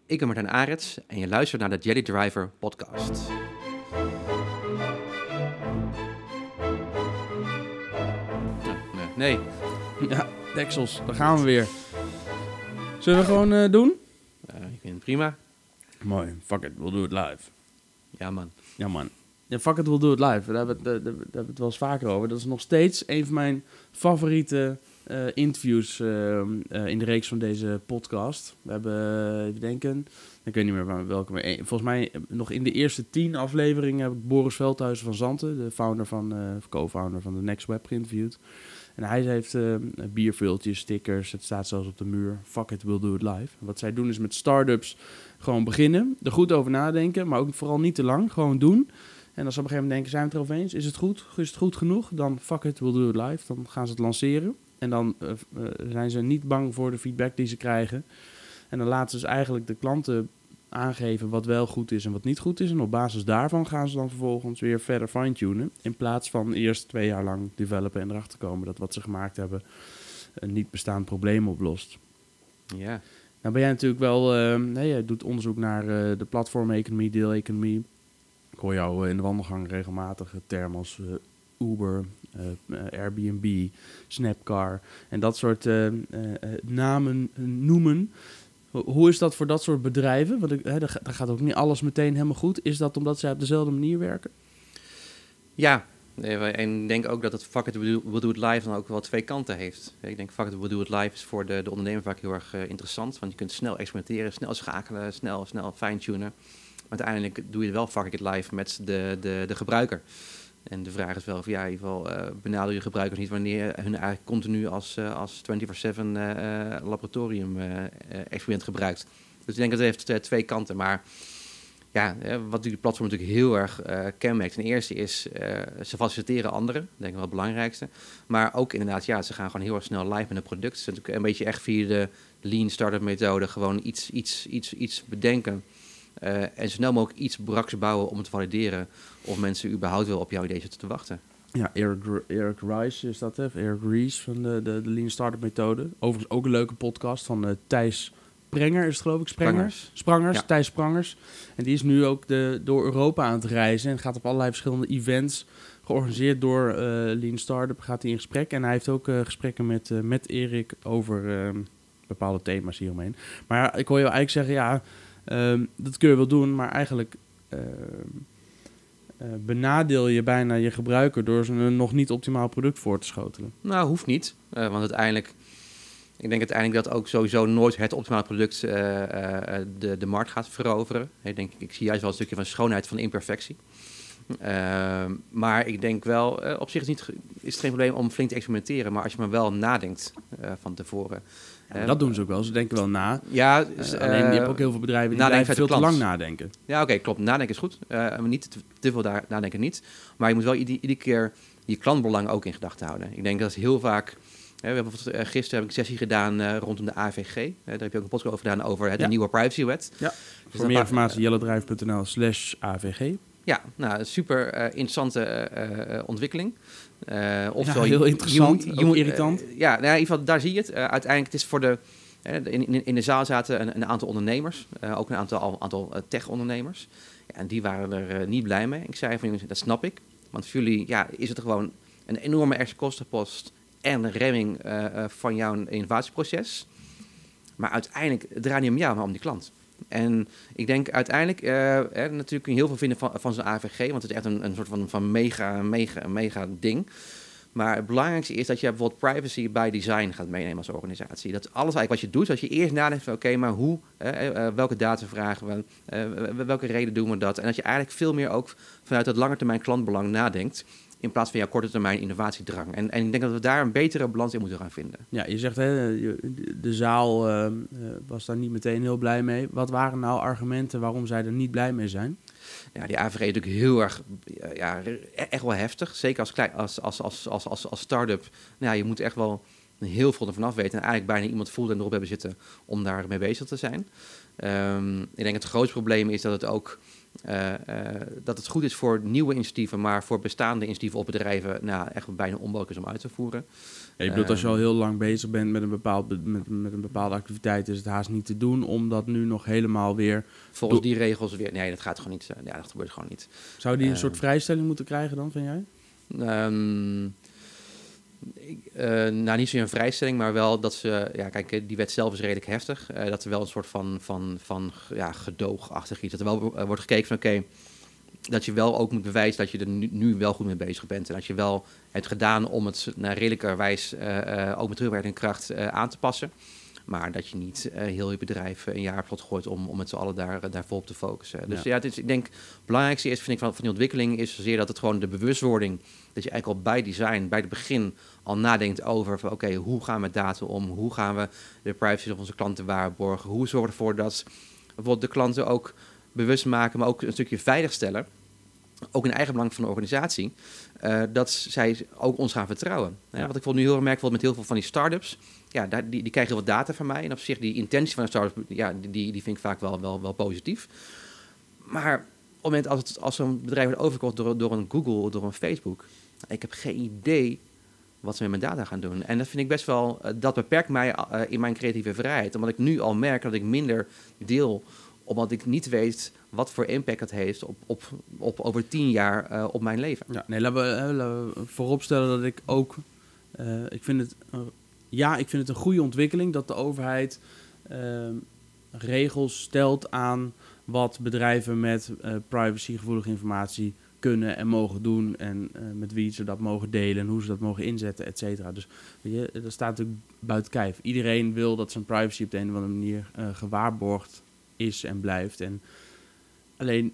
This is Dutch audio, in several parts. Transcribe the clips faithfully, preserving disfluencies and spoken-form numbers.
Ik ben Martijn Arets en je luistert naar de Jelly Driver podcast. Nee. nee. Ja, deksels, daar gaan we weer. Zullen we gewoon uh, doen? Uh, ik vind het prima. Mooi, fuck it, we'll do it live. Ja man. Ja man. Ja, fuck it, we'll do it live. Daar hebben, we, daar, daar hebben we het wel eens vaker over. Dat is nog steeds een van mijn favoriete uh, interviews uh, uh, in de reeks van deze podcast. We hebben, uh, even denken, ik weet niet meer welke, maar een, volgens mij nog in de eerste tien afleveringen heb ik Boris Veldhuizen van Zanten, de founder van, uh, co-founder van de Next Web, geïnterviewd. En hij heeft uh, bierveeltjes, stickers, het staat zelfs op de muur. Fuck it, we'll do it live. Wat zij doen is met start-ups gewoon beginnen, er goed over nadenken, maar ook vooral niet te lang, gewoon doen. En als ze op een gegeven moment denken, zijn we het erover eens? Is het goed? Is het goed genoeg? Dan fuck it, we'll do it live. Dan gaan ze het lanceren. En dan uh, uh, zijn ze niet bang voor de feedback die ze krijgen. En dan laten ze dus eigenlijk de klanten aangeven wat wel goed is en wat niet goed is. En op basis daarvan gaan ze dan vervolgens weer verder fine-tunen. In plaats van eerst twee jaar lang developen en erachter komen dat wat ze gemaakt hebben een niet bestaand probleem oplost. Ja. Nou ben jij natuurlijk wel, uh, nee, jij doet onderzoek naar uh, de platformeconomie, deeleconomie. Ik hoor jou uh, in de wandelgang regelmatig termen als uh, Uber, uh, uh, Airbnb, Snapcar en dat soort uh, uh, namen uh, noemen. Hoe is dat voor dat soort bedrijven? Want hè, daar gaat ook niet alles meteen helemaal goed. Is dat omdat zij op dezelfde manier werken? Ja, en ik denk ook dat het fuck it, we'll do it live dan ook wel twee kanten heeft. Ik denk fuck it, we'll do it live is voor de, de ondernemer vaak heel erg uh, interessant. Want je kunt snel experimenteren, snel schakelen, snel, snel fine-tunen. Maar uiteindelijk doe je wel fuck it live met de, de, de gebruiker. En de vraag is wel of ja, in ieder geval uh, benader je gebruikers niet wanneer hun eigenlijk continu als, uh, als vierentwintig zeven uh, laboratorium uh, uh, experiment gebruikt. Dus ik denk dat het heeft uh, twee kanten. Maar ja, uh, wat die platform natuurlijk heel erg uh, kenmerkt. Ten eerste is, uh, ze faciliteren anderen. Dat denk ik wel het belangrijkste. Maar ook inderdaad, ja, ze gaan gewoon heel erg snel live met een product. Het is natuurlijk een beetje echt via de lean startup methode gewoon iets, iets, iets, iets bedenken. Uh, en zo snel mogelijk iets braks bouwen om te valideren of mensen überhaupt wel op jouw idee zitten te wachten. Ja, Eric, Eric Rice is dat, hè? Eric Ries van de, de, de Lean Startup methode. Overigens ook een leuke podcast van uh, Thijs Sprenger, is het geloof ik? Sprenger? Sprangers. Sprangers, ja. Thijs Sprangers. En die is nu ook de, door Europa aan het reizen en gaat op allerlei verschillende events georganiseerd door uh, Lean Startup. Gaat hij in gesprek en hij heeft ook uh, gesprekken met, uh, met Erik over uh, bepaalde thema's hieromheen. Maar ik hoor je eigenlijk zeggen, ja, Um, dat kun je wel doen, maar eigenlijk uh, uh, benadeel je bijna je gebruiker door ze een nog niet optimaal product voor te schotelen. Nou, hoeft niet. Uh, want uiteindelijk, ik denk uiteindelijk dat ook sowieso nooit het optimale product uh, uh, de, de markt gaat veroveren. Ik denk, ik zie juist wel een stukje van schoonheid van imperfectie. Uh, maar ik denk wel, uh, op zich is, niet, is het geen probleem om flink te experimenteren, maar als je maar wel nadenkt uh, van tevoren. Ja, dat doen ze ook wel. Ze denken wel na. Ja, dus, uh, alleen je hebt ook heel veel bedrijven die blijven veel te lang nadenken. Ja, oké, okay, klopt. Nadenken is goed. Uh, maar niet te, te veel daar, nadenken niet. Maar je moet wel ieder, iedere keer je klantbelang ook in gedachten houden. Ik denk dat heel vaak... Hè, we hebben uh, gisteren heb ik een sessie gedaan uh, rondom de A V G. Uh, daar heb je ook een podcast over gedaan over het, ja. de nieuwe privacywet. Ja. Dus voor meer informatie jellydrive.nl slash AVG. Ja, nou, super uh, interessante uh, uh, ontwikkeling. Uh, of ja, heel interessant, je moet, je moet, irritant. Uh, ja, nou, in ieder geval, daar zie je het. Uh, uiteindelijk, het is voor de... Uh, in, in, in de zaal zaten een, een aantal ondernemers. Uh, ook een aantal, aantal uh, tech-ondernemers. Ja, en die waren er uh, niet blij mee. Ik zei van, jongens, dat snap ik. Want voor jullie ja, is het gewoon een enorme extra kostenpost... en een remming uh, uh, van jouw innovatieproces. Maar uiteindelijk draait niet om jou, maar om die klant. En ik denk uiteindelijk, uh, eh, natuurlijk kun je heel veel vinden van, van zo'n A V G, want het is echt een, een soort van, van mega, mega, mega ding. Maar het belangrijkste is dat je bijvoorbeeld privacy by design gaat meenemen als organisatie. Dat alles eigenlijk wat je doet, dat je eerst nadenkt van oké, okay, maar hoe, uh, uh, welke data vragen we, uh, welke reden doen we dat? En dat je eigenlijk veel meer ook vanuit het langetermijn klantbelang nadenkt. In plaats van jouw korte termijn innovatiedrang. En, en ik denk dat we daar een betere balans in moeten gaan vinden. Ja, je zegt, hè, de zaal uh, was daar niet meteen heel blij mee. Wat waren nou argumenten waarom zij er niet blij mee zijn? Ja, die A V G is natuurlijk heel erg, ja, echt wel heftig. Zeker als, klein, als, als, als, als, als, als start-up. Nou, ja, je moet echt wel heel veel ervan af weten. En eigenlijk bijna iemand voelt en erop hebben zitten om daar mee bezig te zijn. Um, ik denk het grootste probleem is dat het ook... Uh, uh, dat het goed is voor nieuwe initiatieven, maar voor bestaande initiatieven of bedrijven nou, echt bijna onmogelijk is om uit te voeren. Ja, je bedoelt, als je al heel lang bezig bent met een, bepaald, met, met een bepaalde activiteit, is het haast niet te doen om dat nu nog helemaal weer... Volgens die regels weer... Nee, dat gaat gewoon niet. Ja, dat gebeurt gewoon niet. Zou die een uh, soort vrijstelling moeten krijgen dan, vind jij? Um, ik, uh, nou, niet zozeer een vrijstelling, maar wel dat ze... Ja, kijk, die wet zelf is redelijk heftig. Uh, dat er wel een soort van, van, van ja, gedoogachtig iets... Dat er wel uh, wordt gekeken van, oké... Okay, dat je wel ook moet bewijzen dat je er nu, nu wel goed mee bezig bent. En dat je wel hebt gedaan om het naar redelijkerwijs uh, uh, ook met terugwerkende kracht uh, aan te passen. Maar dat je niet uh, heel je bedrijf een jaar plot gooit om, om met z'n allen daar, daar vol op te focussen. Dus ja, ja het is, ik denk het belangrijkste is, vind ik, van, van die ontwikkeling is zozeer dat het gewoon de bewustwording, dat je eigenlijk al bij design, bij het begin al nadenkt over van oké, okay, hoe gaan we met data om? Hoe gaan we de privacy van onze klanten waarborgen? Hoe zorgen we ervoor dat bijvoorbeeld de klanten ook bewust maken, maar ook een stukje veiligstellen, ook in eigen belang van de organisatie, uh, dat zij ook ons gaan vertrouwen. Ja. Ja, wat ik nu heel erg merk met heel veel van die start-ups, ja, daar, die, die krijgen wat data van mij. En op zich, die intentie van een start-up, ja, die, die vind ik vaak wel, wel, wel positief. Maar op het moment als, het, als zo'n bedrijf wordt overgekocht door, door een Google, door een Facebook, ik heb geen idee wat ze met mijn data gaan doen. En dat vind ik best wel, uh, dat beperkt mij uh, in mijn creatieve vrijheid. Omdat ik nu al merk dat ik minder deel, omdat ik niet weet wat voor impact het heeft op, op, op over tien jaar uh, op mijn leven. Ja, nee, laten we, laten we vooropstellen dat ik ook... Uh, ik vind het, uh, ja, ik vind het een goede ontwikkeling dat de overheid uh, regels stelt aan wat bedrijven met uh, privacygevoelige informatie kunnen en mogen doen en uh, met wie ze dat mogen delen en hoe ze dat mogen inzetten, et cetera. Dus weet je, dat staat natuurlijk buiten kijf. Iedereen wil dat zijn privacy op de een of andere manier uh, gewaarborgd is en blijft. En alleen,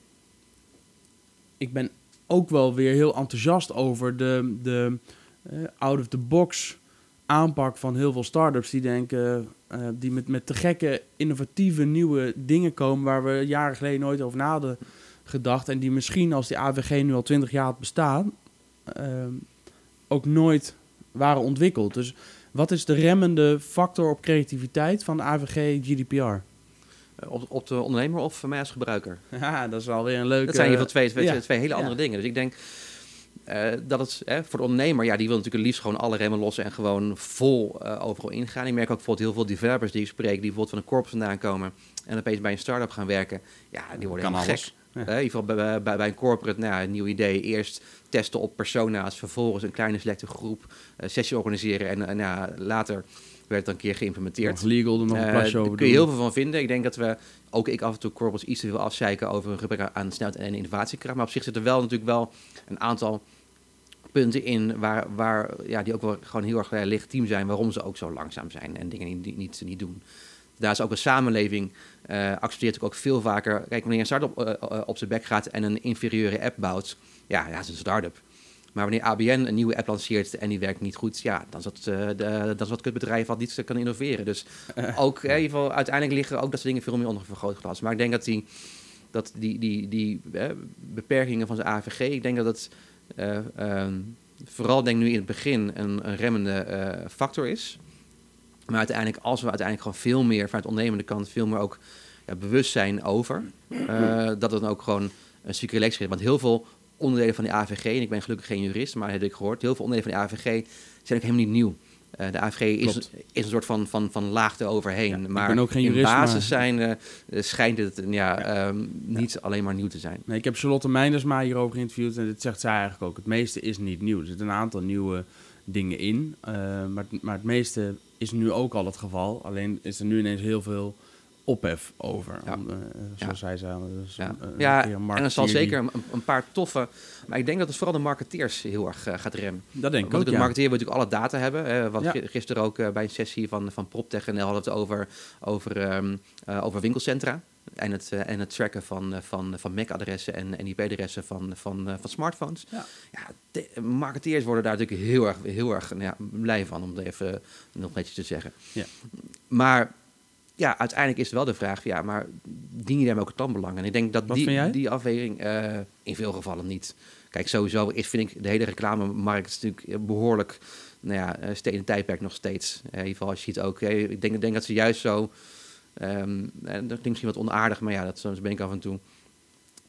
ik ben ook wel weer heel enthousiast over de, de uh, out-of-the-box aanpak van heel veel start-ups die denken, uh, die met, met te gekke, innovatieve, nieuwe dingen komen waar we jaren geleden nooit over na hadden gedacht. En die misschien, als die A V G nu al twintig jaar had bestaan, uh, ook nooit waren ontwikkeld. Dus wat is de remmende factor op creativiteit van de A V G G D P R? Op, op de ondernemer of mij als gebruiker? Ja, dat is alweer een leuke... Dat zijn in ieder geval twee, twee, ja. twee, twee hele andere ja. dingen. Dus ik denk uh, dat het uh, voor de ondernemer, ja, die wil natuurlijk liefst gewoon alle remmen lossen en gewoon vol uh, overal ingaan. Ik merk ook bijvoorbeeld heel veel developers die ik spreek, die bijvoorbeeld van een corp vandaan komen en opeens bij een start-up gaan werken. Ja, die worden kan helemaal alles. gek. Ja. Uh, in ieder geval bij, bij, bij een corporate, nou, een nieuw idee. Eerst testen op persona's, vervolgens een kleine selecte groep, uh, sessie organiseren en, en uh, later werd het een keer geïmplementeerd. Nog legal, er nog een plasje uh, over Daar kun je doen. heel veel van vinden. Ik denk dat we, ook ik af en toe corporates iets te veel afzeiken over een gebrek aan snelheid en innovatiekracht. Maar op zich zit er wel natuurlijk wel een aantal punten in waar, waar ja, die ook wel gewoon heel erg uh, legitiem zijn, waarom ze ook zo langzaam zijn en dingen niet, niet, niet doen. Daar is ook een samenleving, uh, accepteert ook veel vaker. Kijk, wanneer een start-up uh, uh, op zijn bek gaat en een inferieure app bouwt, ja, ja, dat is een start-up. Maar wanneer A B N een nieuwe app lanceert en die werkt niet goed, ja, dan is dat, uh, de, dat is wat kutbedrijf wat niet kan innoveren. Dus uh, ook, uh, in ieder geval, uiteindelijk liggen ook dat soort dingen veel meer onder een vergrootglas. Maar ik denk dat die, dat die, die, die uh, beperkingen van zijn A V G, ik denk dat het uh, um, vooral denk nu in het begin een, een remmende uh, factor is. Maar uiteindelijk, als we uiteindelijk gewoon veel meer vanuit de ondernemende kant veel meer ook ja, bewust zijn over, uh, dat het dan ook gewoon een stukje relaxed is. Want heel veel onderdelen van de A V G, en ik ben gelukkig geen jurist, maar dat heb ik gehoord, heel veel onderdelen van de A V G zijn ook helemaal niet nieuw. Uh, de A V G is, is een soort van, van, van laag eroverheen. Ja, maar ik ben ook geen jurist, in basis maar... zijn, uh, schijnt het ja, ja. Um, niet ja. alleen maar nieuw te zijn. Nee, ik heb Charlotte Meindersma hierover geïnterviewd en dit zegt zij eigenlijk ook. Het meeste is niet nieuw. Er zitten een aantal nieuwe dingen in, uh, maar, maar het meeste is nu ook al het geval. Alleen is er nu ineens heel veel ophef over. Ja. Om, uh, zoals ja. zij zei. Dus ja, een, ja een en er zal zeker een, een paar toffe... Maar ik denk dat het vooral de marketeers heel erg uh, gaat remmen. Dat denk ik Want ook, de ja. marketeer wil natuurlijk alle data hebben. Uh, wat ja. gisteren ook uh, bij een sessie van, van PropTech en hadden we het over, over, um, uh, over winkelcentra. En het, uh, en het tracken van, uh, van, van M A C-adressen en, en I P-adressen van, van, uh, van smartphones. Ja. Ja, de marketeers worden daar natuurlijk heel erg, heel erg nou ja, blij van, om het even uh, nog netjes te zeggen. Ja. Maar ja, uiteindelijk is het wel de vraag, ja, maar dien je daarmee ook het klantbelang? En ik denk dat Wat die, die afweging uh, in veel gevallen niet. Kijk, sowieso is, vind ik, de hele reclamemarkt natuurlijk behoorlijk, nou ja, steden tijdperk nog steeds. Uh, in ieder geval, als je ziet ook, uh, ik denk, denk dat ze juist zo... Um, dat klinkt misschien wat onaardig, maar ja, dat, zo ben ik af en toe.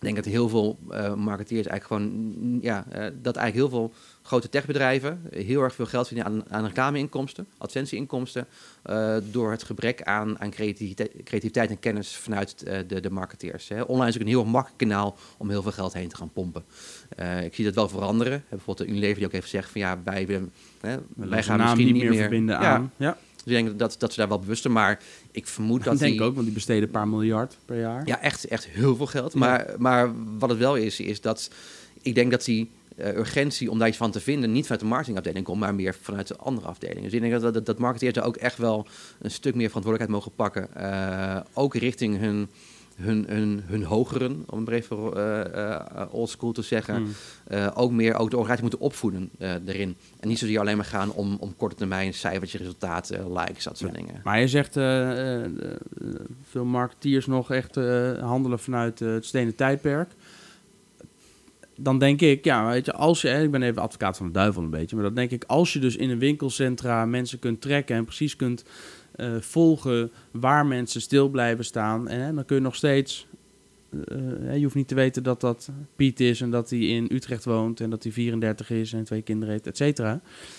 Ik denk dat heel veel uh, marketeers eigenlijk gewoon, ja, uh, dat eigenlijk heel veel grote techbedrijven heel erg veel geld verdienen aan, aan reclameinkomsten, advertentieinkomsten, uh, door het gebrek aan, aan creativiteit, creativiteit en kennis vanuit uh, de, de marketeers. Hè. Online is ook een heel makkelijk kanaal om heel veel geld heen te gaan pompen. Uh, ik zie dat wel veranderen. Bijvoorbeeld de Unilever die ook heeft gezegd van ja, wij, uh, hè, wij gaan misschien niet meer, meer verbinden ja, aan. Ja. Dus ik denk dat, dat ze daar wel bewuster, maar ik vermoed dat ik denk die... ook, want die besteden een paar miljard per jaar. Ja, echt, echt heel veel geld. Ja. Maar, maar wat het wel is, is dat ik denk dat die uh, urgentie om daar iets van te vinden niet vanuit de marketingafdeling komt, maar meer vanuit de andere afdelingen. Dus ik denk dat, dat, dat marketeers daar ook echt wel een stuk meer verantwoordelijkheid mogen pakken. Uh, ook richting hun... Hun, hun, hun hogeren, om het even uh, uh, old school te zeggen, mm. uh, ook meer ook de organisatie moeten opvoeden uh, erin. En niet zozeer alleen maar gaan om, om korte termijn cijfertje, resultaten, uh, likes, dat soort ja. dingen. Maar je zegt, uh, uh, veel marketeers nog echt uh, handelen vanuit uh, het stenen tijdperk. Dan denk ik, ja, weet je, als je, ik ben even advocaat van de duivel een beetje, maar dan denk ik, als je dus in een winkelcentra mensen kunt trekken en precies kunt Uh, volgen waar mensen stil blijven staan. En dan kun je nog steeds... Uh, je hoeft niet te weten dat dat Piet is en dat hij in Utrecht woont en dat hij vierendertig is en twee kinderen heeft, et cetera.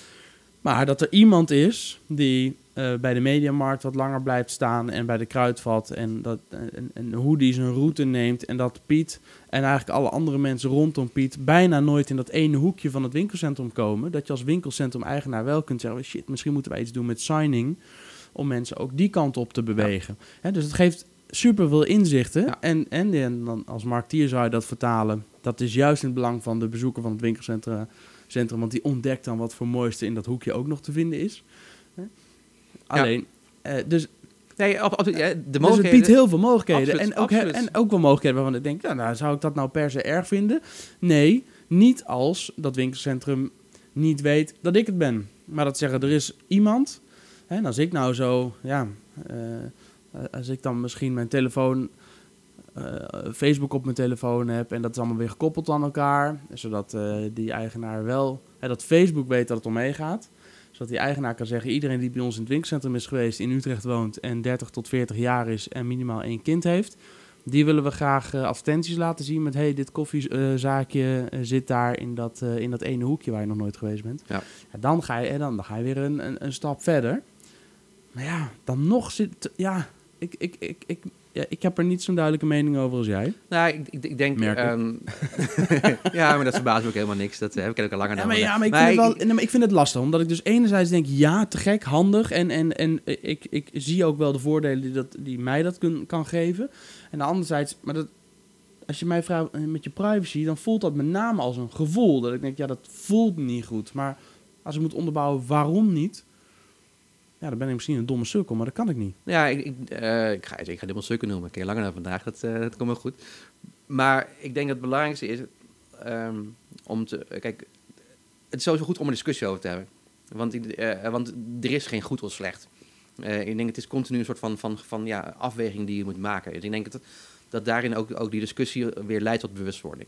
Maar dat er iemand is die uh, bij de Mediamarkt wat langer blijft staan en bij de Kruidvat en, dat, en, en hoe die zijn route neemt en dat Piet en eigenlijk alle andere mensen rondom Piet bijna nooit in dat ene hoekje van het winkelcentrum komen. Dat je als winkelcentrum-eigenaar wel kunt zeggen, shit, misschien moeten wij iets doen met signing om mensen ook die kant op te bewegen. Ja. He, dus het geeft super veel inzichten. Ja. En, en, en dan als marketeer zou je dat vertalen. Dat is juist in het belang van de bezoeker van het winkelcentrum. Centrum, want die ontdekt dan wat voor mooiste in dat hoekje ook nog te vinden is. He? Alleen, ja. uh, dus... Nee, ab, ab, ja, de dus het biedt heel veel mogelijkheden. Absoluut, en, ook, he, en ook wel mogelijkheden waarvan ik denk, ja, nou, zou ik dat nou per se erg vinden? Nee, niet als dat winkelcentrum niet weet dat ik het ben. Maar dat zeggen, er is iemand... En als ik nou zo, ja, uh, als ik dan misschien mijn telefoon, uh, Facebook op mijn telefoon heb en dat is allemaal weer gekoppeld aan elkaar, zodat uh, die eigenaar wel, hè, dat Facebook weet dat het om meegaat, zodat die eigenaar kan zeggen, iedereen die bij ons in het winkelcentrum is geweest, in Utrecht woont en dertig tot veertig jaar is en minimaal één kind heeft, die willen we graag uh, advertenties laten zien met, hey, dit koffiezaakje uh, zit daar in dat, uh, in dat ene hoekje waar je nog nooit geweest bent. Ja. Ja, dan, ga je, dan, dan ga je weer een, een, een stap verder. Maar ja, dan nog zit... Ja, ik, ik, ik, ik, ja, ik heb er niet zo'n duidelijke mening over als jij. Nou, ik, ik, ik denk... Um, ja, maar dat verbaast me ook helemaal niks. Dat heb ik ook al langer ja, maar, ja, maar, ik, vind maar het wel, nee, maar ik vind het lastig. Omdat ik dus enerzijds denk, ja, te gek, handig. En, en, en ik, ik zie ook wel de voordelen die, dat, die mij dat kun, kan geven. En anderzijds... Maar dat, als je mij vraagt met je privacy, dan voelt dat met name als een gevoel. Dat ik denk, ja, dat voelt niet goed. Maar als ik moet onderbouwen waarom niet... Ja, dan ben ik misschien een domme sukkel, maar dat kan ik niet. Ja, ik, ik, uh, ik ga ik ga domme sukkel noemen. Ik ken je langer dan vandaag, dat, uh, dat komt wel goed. Maar ik denk dat het belangrijkste is um, om te... Kijk, het is sowieso goed om een discussie over te hebben. Want, uh, want er is geen goed of slecht. Uh, ik denk het is continu een soort van, van, van ja, afweging die je moet maken. Dus ik denk dat, dat daarin ook, ook die discussie weer leidt tot bewustwording.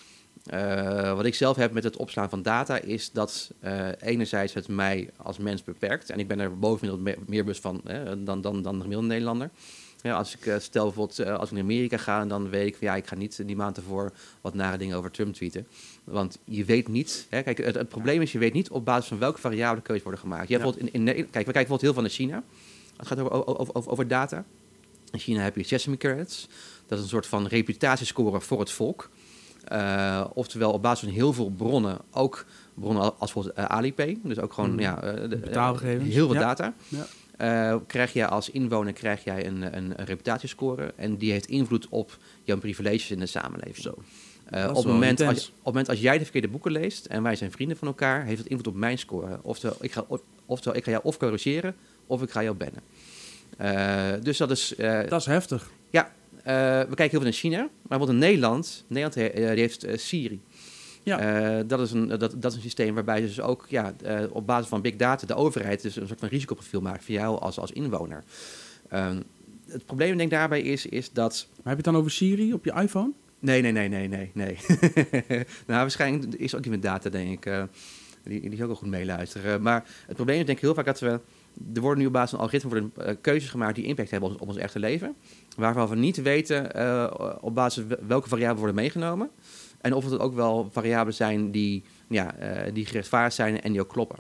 Uh, wat ik zelf heb met het opslaan van data is dat uh, enerzijds het mij als mens beperkt. En ik ben er bovengemiddeld meer, meer bewust van hè, dan, dan, dan de gemiddelde Nederlander. Ja, als ik uh, stel bijvoorbeeld uh, als ik naar Amerika ga, dan weet ik van ja, ik ga niet die maand ervoor wat nare dingen over Trump tweeten. Want je weet niet, hè, kijk, het, het probleem is je weet niet op basis van welke variabelen keuzes worden gemaakt. Je hebt ja. in, in, kijk, we kijken bijvoorbeeld heel veel naar China. Het gaat over, over, over, over data. In China heb je Sesame Credits. Dat is een soort van reputatiescore voor het volk. Uh, oftewel op basis van heel veel bronnen, ook bronnen als bijvoorbeeld uh, Alipay, dus ook gewoon mm. ja, uh, de, betaalgegevens, heel veel ja. data. Ja. Uh, krijg jij als inwoner krijg jij een, een, een reputatiescore en die heeft invloed op jouw privileges in de samenleving. Zo. Uh, op, het moment als, op het moment als jij de verkeerde boeken leest en wij zijn vrienden van elkaar, heeft het invloed op mijn score. Oftewel, ik ga, oftewel, ik ga jou of corrigeren of ik ga jou bannen. Uh, dus dat is... Uh, dat is heftig. Ja. Uh, we kijken heel veel naar China, maar bijvoorbeeld in Nederland, Nederland he, uh, die heeft uh, Siri. Ja. Uh, dat, is een, dat, dat is een systeem waarbij ze dus ook ja, uh, op basis van big data de overheid dus een soort van risicoprofiel maakt voor jou als, als inwoner. Uh, het probleem denk ik daarbij is, is dat... Maar heb je het dan over Siri op je iPhone? Nee, nee, nee, nee, nee. nee. Nou, waarschijnlijk is ook niet met data, denk ik. Uh, die, die is ook wel goed meeluisteren. Maar het probleem is denk ik heel vaak dat we... er worden nu op basis van algoritmen worden, uh, keuzes gemaakt die impact hebben op, op ons echte leven. Waarvan we niet weten uh, op basis van welke variabelen worden meegenomen. En of het ook wel variabelen zijn die, ja, uh, die gerechtvaardigd zijn en die ook kloppen.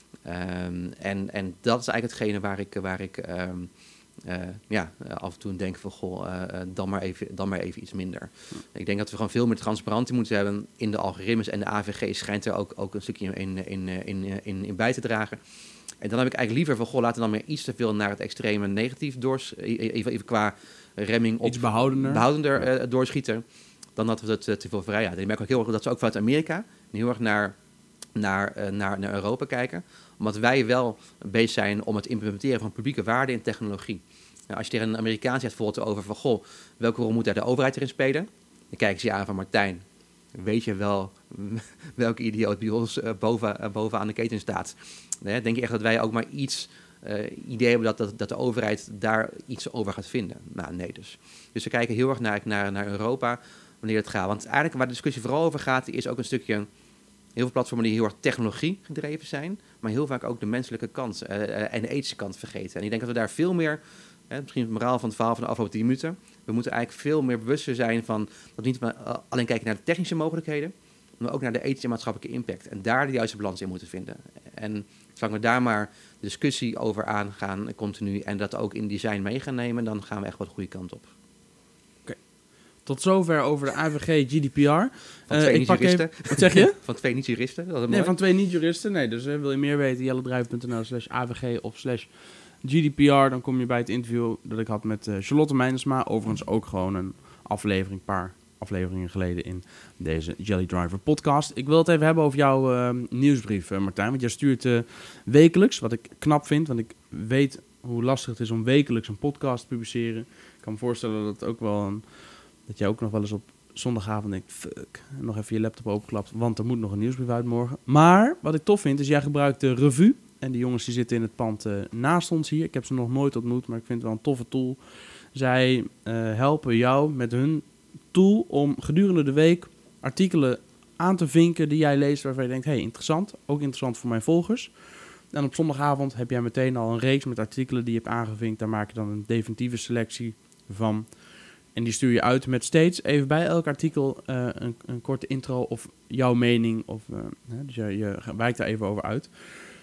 Um, en, en dat is eigenlijk hetgene waar ik, waar ik um, uh, ja, af en toe denk van, goh, uh, dan, maar even, dan maar even iets minder. Hm. Ik denk dat we gewoon veel meer transparantie moeten hebben in de algoritmes. En de A V G schijnt er ook, ook een stukje in, in, in, in, in bij te dragen. En dan heb ik eigenlijk liever van, goh, laten we dan meer iets te veel naar het extreme negatief doors, even, even qua remming op iets behoudender, behoudender ja. uh, doorschieten, dan dat we het uh, te veel vrijheid. En ik merk ook heel erg dat ze ook vanuit Amerika heel erg naar, naar, uh, naar, naar Europa kijken, omdat wij wel bezig zijn om het implementeren van publieke waarden in technologie. Nou, als je tegen een Amerikaan zegt bijvoorbeeld over van, goh, welke rol moet daar de overheid erin spelen? Dan kijken ze je aan van, Martijn, weet je wel welke idioot bij ons uh, boven, uh, bovenaan de keten staat? Nee, denk je echt dat wij ook maar iets uh, idee hebben dat, dat, dat de overheid daar iets over gaat vinden? Nou, nee dus. Dus we kijken heel erg naar, naar, naar Europa wanneer het gaat. Want eigenlijk waar de discussie vooral over gaat, is ook een stukje, heel veel platformen die heel erg technologie gedreven zijn, maar heel vaak ook de menselijke kant uh, uh, en de ethische kant vergeten. En ik denk dat we daar veel meer, uh, misschien het moraal van het verhaal van de afgelopen tien minuten, we moeten eigenlijk veel meer bewuster zijn van, dat we niet maar uh, alleen kijken naar de technische mogelijkheden, maar ook naar de ethische en maatschappelijke impact. En daar de juiste balans in moeten vinden. En zolang we daar maar de discussie over aangaan, continu, en dat ook in design mee gaan nemen, dan gaan we echt wel de goede kant op. Oké. Tot zover over de A V G G D P R. Van twee uh, niet-juristen. Even, wat zeg je? Van twee niet-juristen. Dat is nee, mooi. van twee niet-juristen. Nee, dus uh, wil je meer weten, jellendrijven.nl slash avg of slash G D P R. Dan kom je bij het interview dat ik had met uh, Charlotte Meindersma. Overigens ook gewoon een aflevering, een paar afleveringen geleden in deze Jelly Driver podcast. Ik wil het even hebben over jouw uh, nieuwsbrief, uh, Martijn. Want jij stuurt uh, wekelijks, wat ik knap vind. Want ik weet hoe lastig het is om wekelijks een podcast te publiceren. Ik kan me voorstellen dat het ook wel een, dat jij ook nog wel eens op zondagavond denkt, fuck, en nog even je laptop openklapt, want er moet nog een nieuwsbrief uit morgen. Maar wat ik tof vind, is jij gebruikt de Revue. En die jongens die zitten in het pand uh, naast ons hier. Ik heb ze nog nooit ontmoet, maar ik vind het wel een toffe tool. Zij uh, helpen jou met hun tool om gedurende de week artikelen aan te vinken die jij leest waarvan je denkt, hey, interessant. Ook interessant voor mijn volgers. En op zondagavond heb jij meteen al een reeks met artikelen die je hebt aangevinkt. Daar maak je dan een definitieve selectie van. En die stuur je uit met steeds even bij elk artikel uh, een, een korte intro of jouw mening. Of, uh, hè, dus je, je wijkt daar even over uit.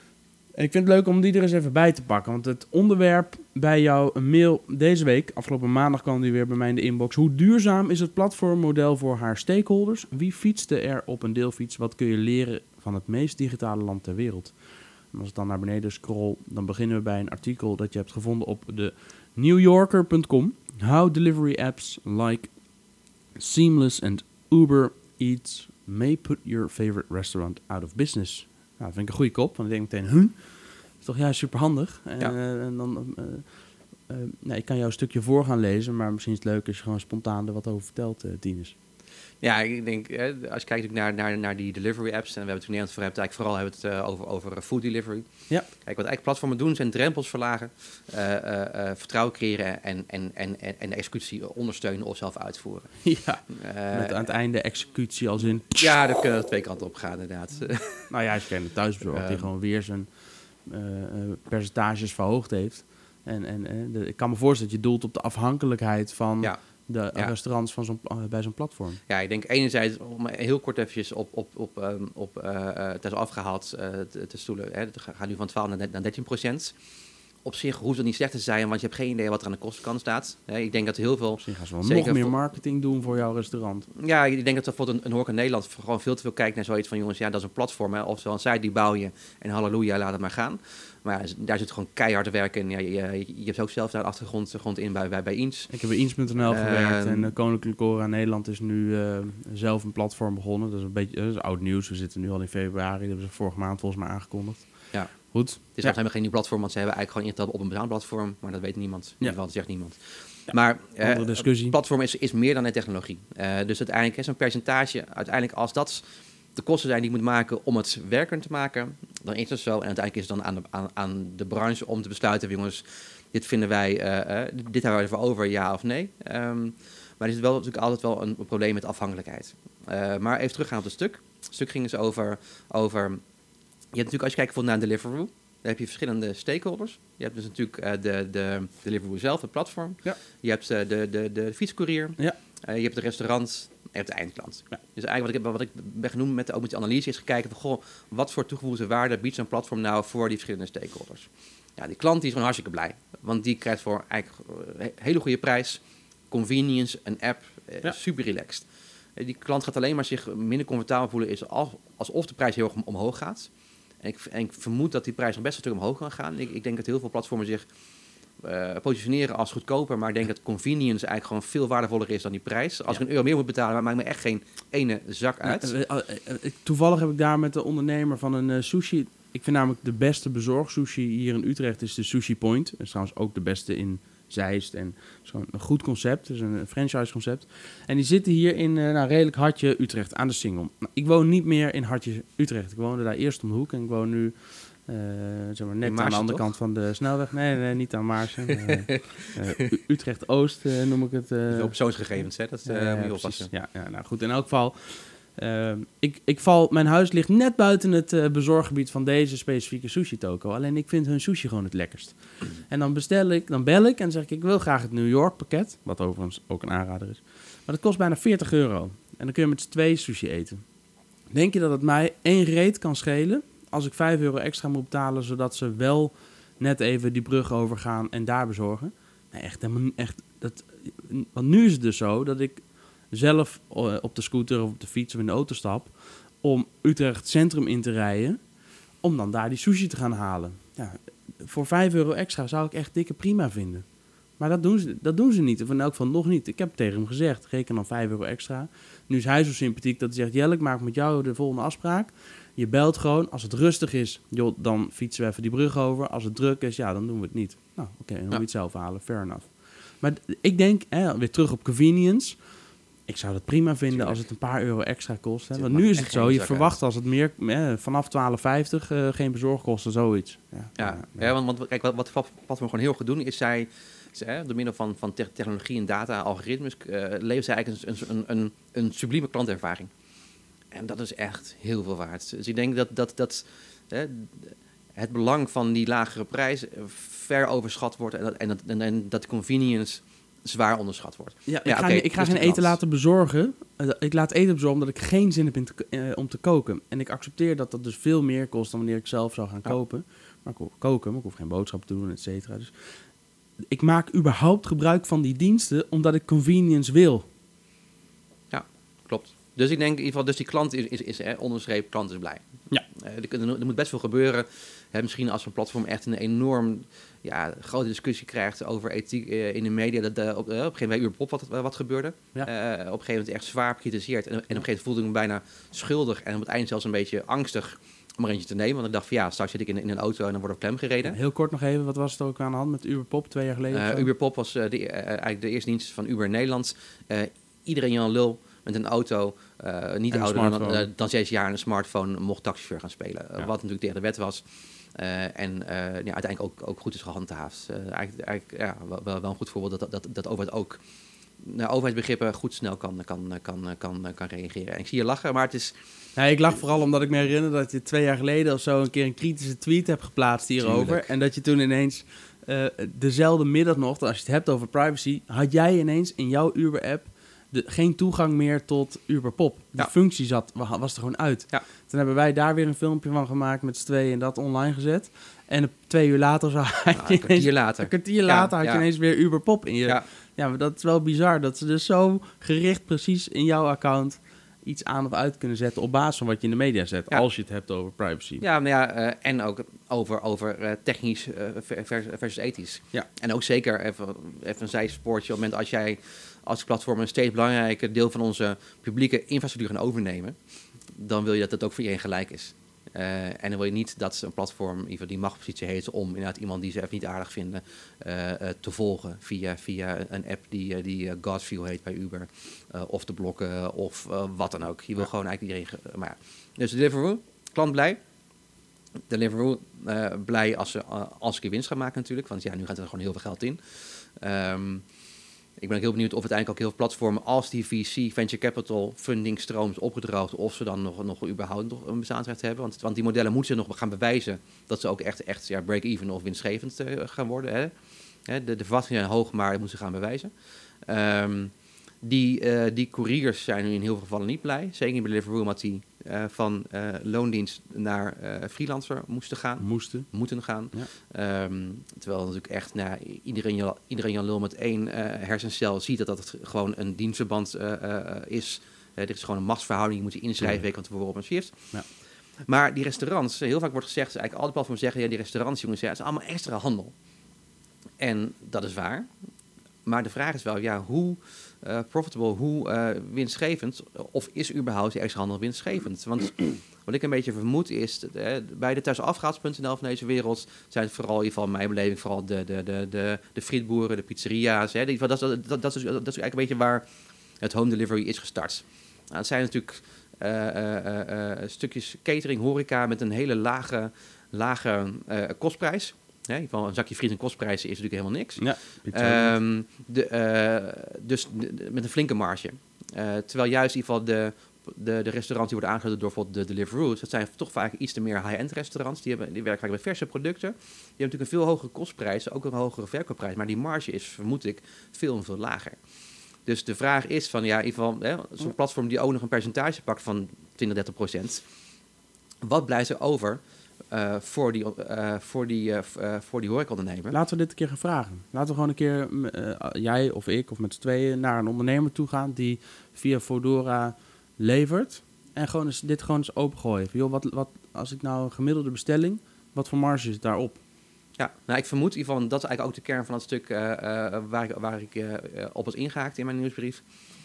En ik vind het leuk om die er eens even bij te pakken. Want het onderwerp bij jou een mail deze week, afgelopen maandag kwam die weer bij mij in de inbox. Hoe duurzaam is het platformmodel voor haar stakeholders? Wie fietste er op een deelfiets? Wat kun je leren van het meest digitale land ter wereld? En als ik dan naar beneden scroll, dan beginnen we bij een artikel dat je hebt gevonden op de new yorker punt com. How delivery apps like Seamless and Uber Eats may put your favorite restaurant out of business. Nou, dat vind ik een goede kop, want ik denk meteen, huh? Dat is toch juist super handig. En, ja. uh, en dan, uh, uh, nou, ik kan jou een stukje voor gaan lezen, maar misschien is het leuk als je gewoon spontaan er wat over vertelt, uh, Tinus. Ja, ik denk, hè, als je kijkt naar, naar, naar die delivery apps, en we hebben het in Nederland voor hebben, eigenlijk vooral hebben we het uh, over, over food delivery. Ja. Kijk, wat eigenlijk platformen doen, zijn drempels verlagen, uh, uh, uh, vertrouwen creëren en, en, en, en de executie ondersteunen of zelf uitvoeren. Ja, uh, met aan het einde executie als in... Ja, daar kunnen we twee kanten op gaan, inderdaad. Nou ja, als je kijkt naar thuisbezorgd, um, die gewoon weer zijn uh, uh, percentages verhoogd heeft. En, en uh, de, ik kan me voorstellen dat je doelt op de afhankelijkheid van... Ja. de ja. restaurants van zo'n, uh, bij zo'n platform. Ja, ik denk enerzijds, om heel kort eventjes op, op, op, um, op uh, uh, het is afgehaald, uh, te, te stoelen. Hè. Het gaat nu van twaalf naar, naar dertien procent. Op zich hoeft het niet slecht te zijn, want je hebt geen idee wat er aan de kostenkant staat. Hè, ik denk dat heel veel... Misschien gaan ze wel nog meer marketing doen voor jouw restaurant. Ja, ik denk dat bijvoorbeeld een, een horeca in Nederland gewoon veel te veel kijkt naar zoiets van, jongens, ja, dat is een platform, hè, of zo'n site die bouw je en halleluja, laat het maar gaan. Maar ja, daar zit gewoon keihard werk in. Ja, je, je, je hebt ook zelf daar achtergrond grond in bij, bij, bij Eens. Ik heb bij Eens punt n l uh, gewerkt en uh, Koninklijke Horeca Nederland is nu uh, zelf een platform begonnen. Dat is een beetje dat is oud nieuws. We zitten nu al in februari. Dat hebben ze vorige maand volgens mij aangekondigd. Ja. Goed. Het is ja. helemaal geen nieuw platform, want ze hebben eigenlijk gewoon ingesteld op een bestaand platform. Maar dat weet niemand. In ja. ieder geval, dat zegt niemand. Ja. Maar uh, het platform is, is meer dan net technologie. Uh, dus uiteindelijk is een percentage, uiteindelijk als dat de kosten zijn die je moet maken om het werkend te maken, dan is het zo. En uiteindelijk is het dan aan de, aan, aan de branche om te besluiten, jongens, dit vinden wij, uh, uh, dit hebben we ervoor over, ja of nee. Um, maar er is wel natuurlijk altijd wel een, een probleem met afhankelijkheid. Uh, maar even teruggaan op het stuk. Het stuk ging dus over, over je hebt natuurlijk, als je kijkt naar Deliveroo, heb je verschillende stakeholders. Je hebt dus natuurlijk uh, de, de Deliveroo zelf, het platform. Ja. Je hebt uh, de, de, de fietscourier. Ja. Uh, je hebt de restaurant en je hebt de eindklant. Ja. Dus eigenlijk wat ik, wat ik ben genoemd met de, ook met die analyse is gekeken van, goh, wat voor toegevoegde waarde biedt zo'n platform nou voor die verschillende stakeholders. Ja, die klant die is gewoon hartstikke blij. Want die krijgt voor eigenlijk een hele goede prijs, convenience, een app, uh, ja. super relaxed. Uh, die klant gaat alleen maar zich minder comfortabel voelen is als, alsof de prijs heel erg om, omhoog gaat. En ik, en ik vermoed dat die prijs nog best een stuk omhoog kan gaan. Ik, ik denk dat heel veel platformen zich uh, positioneren als goedkoper. Maar ik denk dat convenience eigenlijk gewoon veel waardevoller is dan die prijs. Als ja. ik een euro meer moet betalen, maakt me echt geen ene zak uit. Ja, uh, uh, uh, toevallig heb ik daar met de ondernemer van een uh, sushi... Ik vind namelijk de beste bezorg sushi hier in Utrecht is de Sushi Point. Dat is trouwens ook de beste in Zeist. En zo'n een goed concept, dus een franchise concept. En die zitten hier in uh, nou, redelijk hartje Utrecht, aan de Singel. Nou, ik woon niet meer in hartje Utrecht. Ik woonde daar eerst om de hoek en ik woon nu uh, zeg maar net Maarsen, aan de andere toch? kant van de snelweg. Nee, nee, niet aan Maarsen. uh, uh, Utrecht-Oost uh, noem ik het. Uh, op persoonsgegevens, hè? Dat uh, uh, moet je oppassen. Ja, ja, nou goed, in elk geval... Uh, ik, ik val, mijn huis ligt net buiten het uh, bezorggebied van deze specifieke sushi-toko. Alleen ik vind hun sushi gewoon het lekkerst. Mm. En dan bestel ik, dan bel ik en zeg ik, ik wil graag het New York pakket. Wat overigens ook een aanrader is. Maar dat kost bijna veertig euro. En dan kun je met z'n twee sushi eten. Denk je dat het mij één reet kan schelen als ik vijf euro extra moet betalen, zodat ze wel net even die brug overgaan en daar bezorgen? Nee, echt, echt dat, want nu is het dus zo dat ik zelf op de scooter of op de fiets of in de auto stap om Utrecht Centrum in te rijden, om dan daar die sushi te gaan halen. Ja, voor vijf euro extra zou ik echt dikke prima vinden. Maar dat doen ze, dat doen ze niet, of in elk geval nog niet. Ik heb tegen hem gezegd, reken dan vijf euro extra. Nu is hij zo sympathiek dat hij zegt, Jelle, ik maak met jou de volgende afspraak. Je belt gewoon, als het rustig is, joh, dan fietsen we even die brug over. Als het druk is, ja, dan doen we het niet. Nou, oké, okay, dan moet je het zelf halen, fair enough. Maar ik denk, hè, weer terug op convenience. Ik zou dat prima vinden Tuurlijk. als het een paar euro extra kost. Hè? Want nu is het zo, je verwacht uit. als het meer, eh, vanaf twaalf vijftig uh, geen bezorgkosten, zoiets. Ja, ja, ja, ja. ja want, want kijk, wat, wat de platform gewoon heel goed doen, is zij, is, eh, door middel van, van te- technologie en data, algoritmes, uh, levert zij eigenlijk een, een, een, een sublieme klantervaring. En dat is echt heel veel waard. Dus ik denk dat, dat, dat eh, het belang van die lagere prijs ver overschat wordt en dat, en dat, en, en dat convenience zwaar onderschat wordt. Ja, ja, ik ga, okay, ik ga geen eten laten bezorgen. Uh, ik laat eten bezorgen omdat ik geen zin heb in te, uh, om te koken. En ik accepteer dat dat dus veel meer kost dan wanneer ik zelf zou gaan ja. kopen. Maar ik hoef koken, maar ik hoef geen boodschap te doen, et cetera. Dus ik maak überhaupt gebruik van die diensten omdat ik convenience wil. Ja, klopt. Dus ik denk in ieder geval, dus die klant is, is, is eh, onderstreep, klant is blij. Ja. Uh, er, er moet best veel gebeuren. Hè, misschien als een platform echt een enorm ja, grote discussie krijgt over ethiek uh, in de media. Dat uh, op, uh, op een gegeven moment bij Uberpop wat, uh, wat gebeurde. Ja. Uh, op een gegeven moment echt zwaar bekritiseerd. En, en op een gegeven moment voelde ik me bijna schuldig. En op het eind zelfs een beetje angstig om er eentje te nemen. Want ik dacht van ja, straks zit ik in, in een auto en dan word ik klem gereden. Ja, heel kort nog even, wat was het ook aan de hand met Uberpop twee jaar geleden? Uh, Uberpop was uh, de, uh, eigenlijk de eerste dienst van Uber in Nederland. Uh, iedereen Jan Lul met een auto, uh, niet en ouder dan, uh, dan zes jaar en een smartphone, mocht taxichauffeur gaan spelen. Ja. Uh, wat natuurlijk tegen de wet was. Uh, en uh, ja, uiteindelijk ook, ook goed is gehandhaafd. Uh, eigenlijk eigenlijk ja, wel, wel, wel een goed voorbeeld dat, dat, dat overheid ook naar overheidsbegrippen goed snel kan, kan, kan, kan, kan reageren. En ik zie je lachen, maar het is... Nee, ik lach vooral omdat ik me herinner dat je twee jaar geleden of zo een keer een kritische tweet hebt geplaatst hierover. Tuurlijk. En dat je toen ineens uh, dezelfde middag nog, als je het hebt over privacy, had jij ineens in jouw Uber-app de, geen toegang meer tot Uberpop. De ja. functie zat, was er gewoon uit. Ja. Toen hebben wij daar weer een filmpje van gemaakt met z'n tweeën en dat online gezet. En twee uur later zou nou, een kwartier ineens, later, een kwartier later ja, had ja. je ineens weer Uberpop in je. Ja. ja, maar dat is wel bizar dat ze dus zo gericht precies in jouw account iets aan of uit kunnen zetten op basis van wat je in de media zet, ja. als je het hebt over privacy. Ja, nou ja, uh, en ook over, over uh, technisch uh, versus, versus ethisch. Ja. En ook zeker even, even een zijspoortje op het moment als jij als platform een steeds belangrijker deel van onze publieke infrastructuur gaan overnemen, dan wil je dat het ook voor iedereen gelijk is. Uh, en dan wil je niet dat een platform in die machtpositie heeft om inderdaad iemand die ze even niet aardig vinden uh, uh, te volgen via, via een app die, uh, die uh, Godfeel heet bij Uber. Uh, of te blokken of uh, wat dan ook. Je wil ja. gewoon eigenlijk iedereen... Ge- maar ja. Dus Deliveroo, klant blij. Deliveroo uh, blij als ze, uh, als ze een keer winst gaan maken natuurlijk. Want ja, nu gaat er gewoon heel veel geld in. Um, Ik ben ook heel benieuwd of uiteindelijk ook heel veel platformen als die V C, venture capital, funding strooms opgedroogd, of ze dan nog, nog überhaupt nog een bestaansrecht hebben. Want, want die modellen moeten ze nog gaan bewijzen dat ze ook echt, echt ja, break-even of winstgevend uh, gaan worden. Hè? Hè, de, de verwachtingen zijn hoog, maar dat moeten ze gaan bewijzen. Um, die, uh, die couriers zijn nu in heel veel gevallen niet blij. Zeker niet bij Deliveroo, omdat die uh, van uh, loondienst naar uh, freelancer moesten gaan. Moesten. Moeten gaan. Ja. Um, terwijl natuurlijk echt nou, iedereen, iedereen Jan Lul met één uh, hersencel ziet dat dat het gewoon een dienstverband uh, uh, is. Uh, dit is gewoon een machtsverhouding. Je moet je inschrijven ja. week van tevoren op een shift. Ja. Maar die restaurants, heel vaak wordt gezegd, eigenlijk alle platforms zeggen, ja, die restaurants, jongens, ja, het is allemaal extra handel. En dat is waar. Maar de vraag is wel, ja, hoe uh, profitable, hoe uh, winstgevend, of is überhaupt die extra handel winstgevend? Want wat ik een beetje vermoed is, uh, bij de thuisafgaats punt n l van deze wereld zijn het vooral, in ieder geval in mijn beleving, vooral de, de, de, de, de frietboeren, de pizzeria's. Hè, die, dat, dat, dat, dat, is, dat is eigenlijk een beetje waar het home delivery is gestart. Nou, het zijn natuurlijk uh, uh, uh, stukjes catering, horeca met een hele lage, lage uh, kostprijs. Ja, in ieder geval een zakje friet en kostprijs is natuurlijk helemaal niks. Ja, um, de, uh, dus de, de, met een flinke marge. Uh, terwijl juist in ieder geval de, de, de restaurants die worden aangehouden door bijvoorbeeld de Deliveroo, dat zijn toch vaak iets te meer high-end restaurants. Die, hebben, die werken vaak met verse producten. Die hebben natuurlijk een veel hogere kostprijs, ook een hogere verkoopprijs. Maar die marge is, vermoed ik, veel en veel lager. Dus de vraag is van, ja, in ieder geval, hè, zo'n platform die ook nog een percentage pakt van twintig, dertig procent. Wat blijft er over Uh, voor die, uh, voor die, uh, uh, voor die horecaondernemer? Laten we dit een keer gaan vragen. Laten we gewoon een keer, uh, jij of ik of met z'n tweeën, naar een ondernemer toe gaan die via Foodora levert. En gewoon eens, dit gewoon eens opengooien. Joh, wat, wat, als ik nou een gemiddelde bestelling, wat voor marge is daarop? Ja, nou, ik vermoed in ieder geval, dat is eigenlijk ook de kern van het stuk uh, uh, waar ik, waar ik uh, op was ingehaakt in mijn nieuwsbrief.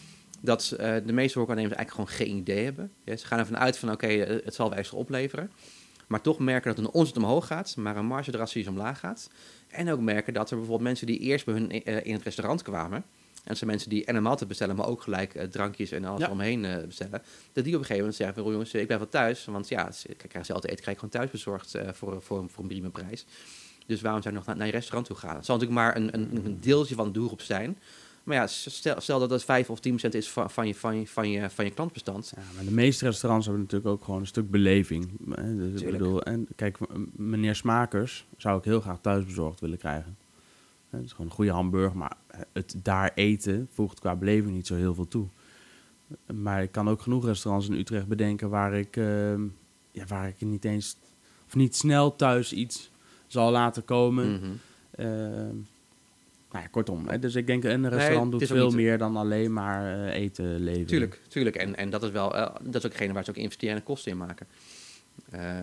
Dat uh, de meeste horecaondernemers eigenlijk gewoon geen idee hebben. Ja, ze gaan ervan uit van, oké, okay, het zal wel extra opleveren. Maar toch merken dat een omzet omhoog gaat, maar een marge drastisch omlaag gaat. En ook merken dat er bijvoorbeeld mensen die eerst bij hun uh, in het restaurant kwamen, en dat zijn mensen die en een maaltijd bestellen, maar ook gelijk uh, drankjes en alles ja. omheen uh, bestellen, dat die op een gegeven moment zeggen van, jongens, ik blijf wel thuis, want ja, ik krijg zelf eten, krijg ik gewoon thuis bezorgd uh, voor, voor, voor een prima prijs. Dus waarom zou je nog naar, naar je restaurant toe gaan? Het zal natuurlijk maar een, een, een deeltje van de doelgroep zijn. Maar ja, stel, stel dat dat vijf of tien procent is van, van, je, van, je, van, je, van je klantbestand. Ja, maar de meeste restaurants hebben natuurlijk ook gewoon een stuk beleving. Dus ik bedoel, en kijk, meneer Smakers zou ik heel graag thuis bezorgd willen krijgen. Het is gewoon een goede hamburger, maar het daar eten voegt qua beleving niet zo heel veel toe. Maar ik kan ook genoeg restaurants in Utrecht bedenken waar ik, uh, ja, waar ik niet eens, of niet snel thuis iets zal laten komen. Mm-hmm. Uh, Nou ja, kortom. Hè. Dus ik denk een restaurant nee, doet veel niet meer dan alleen maar uh, eten leveren. Tuurlijk, tuurlijk. En, en dat is wel, uh, dat is ook degene waar ze ook investeren en kosten in maken. Uh, uh,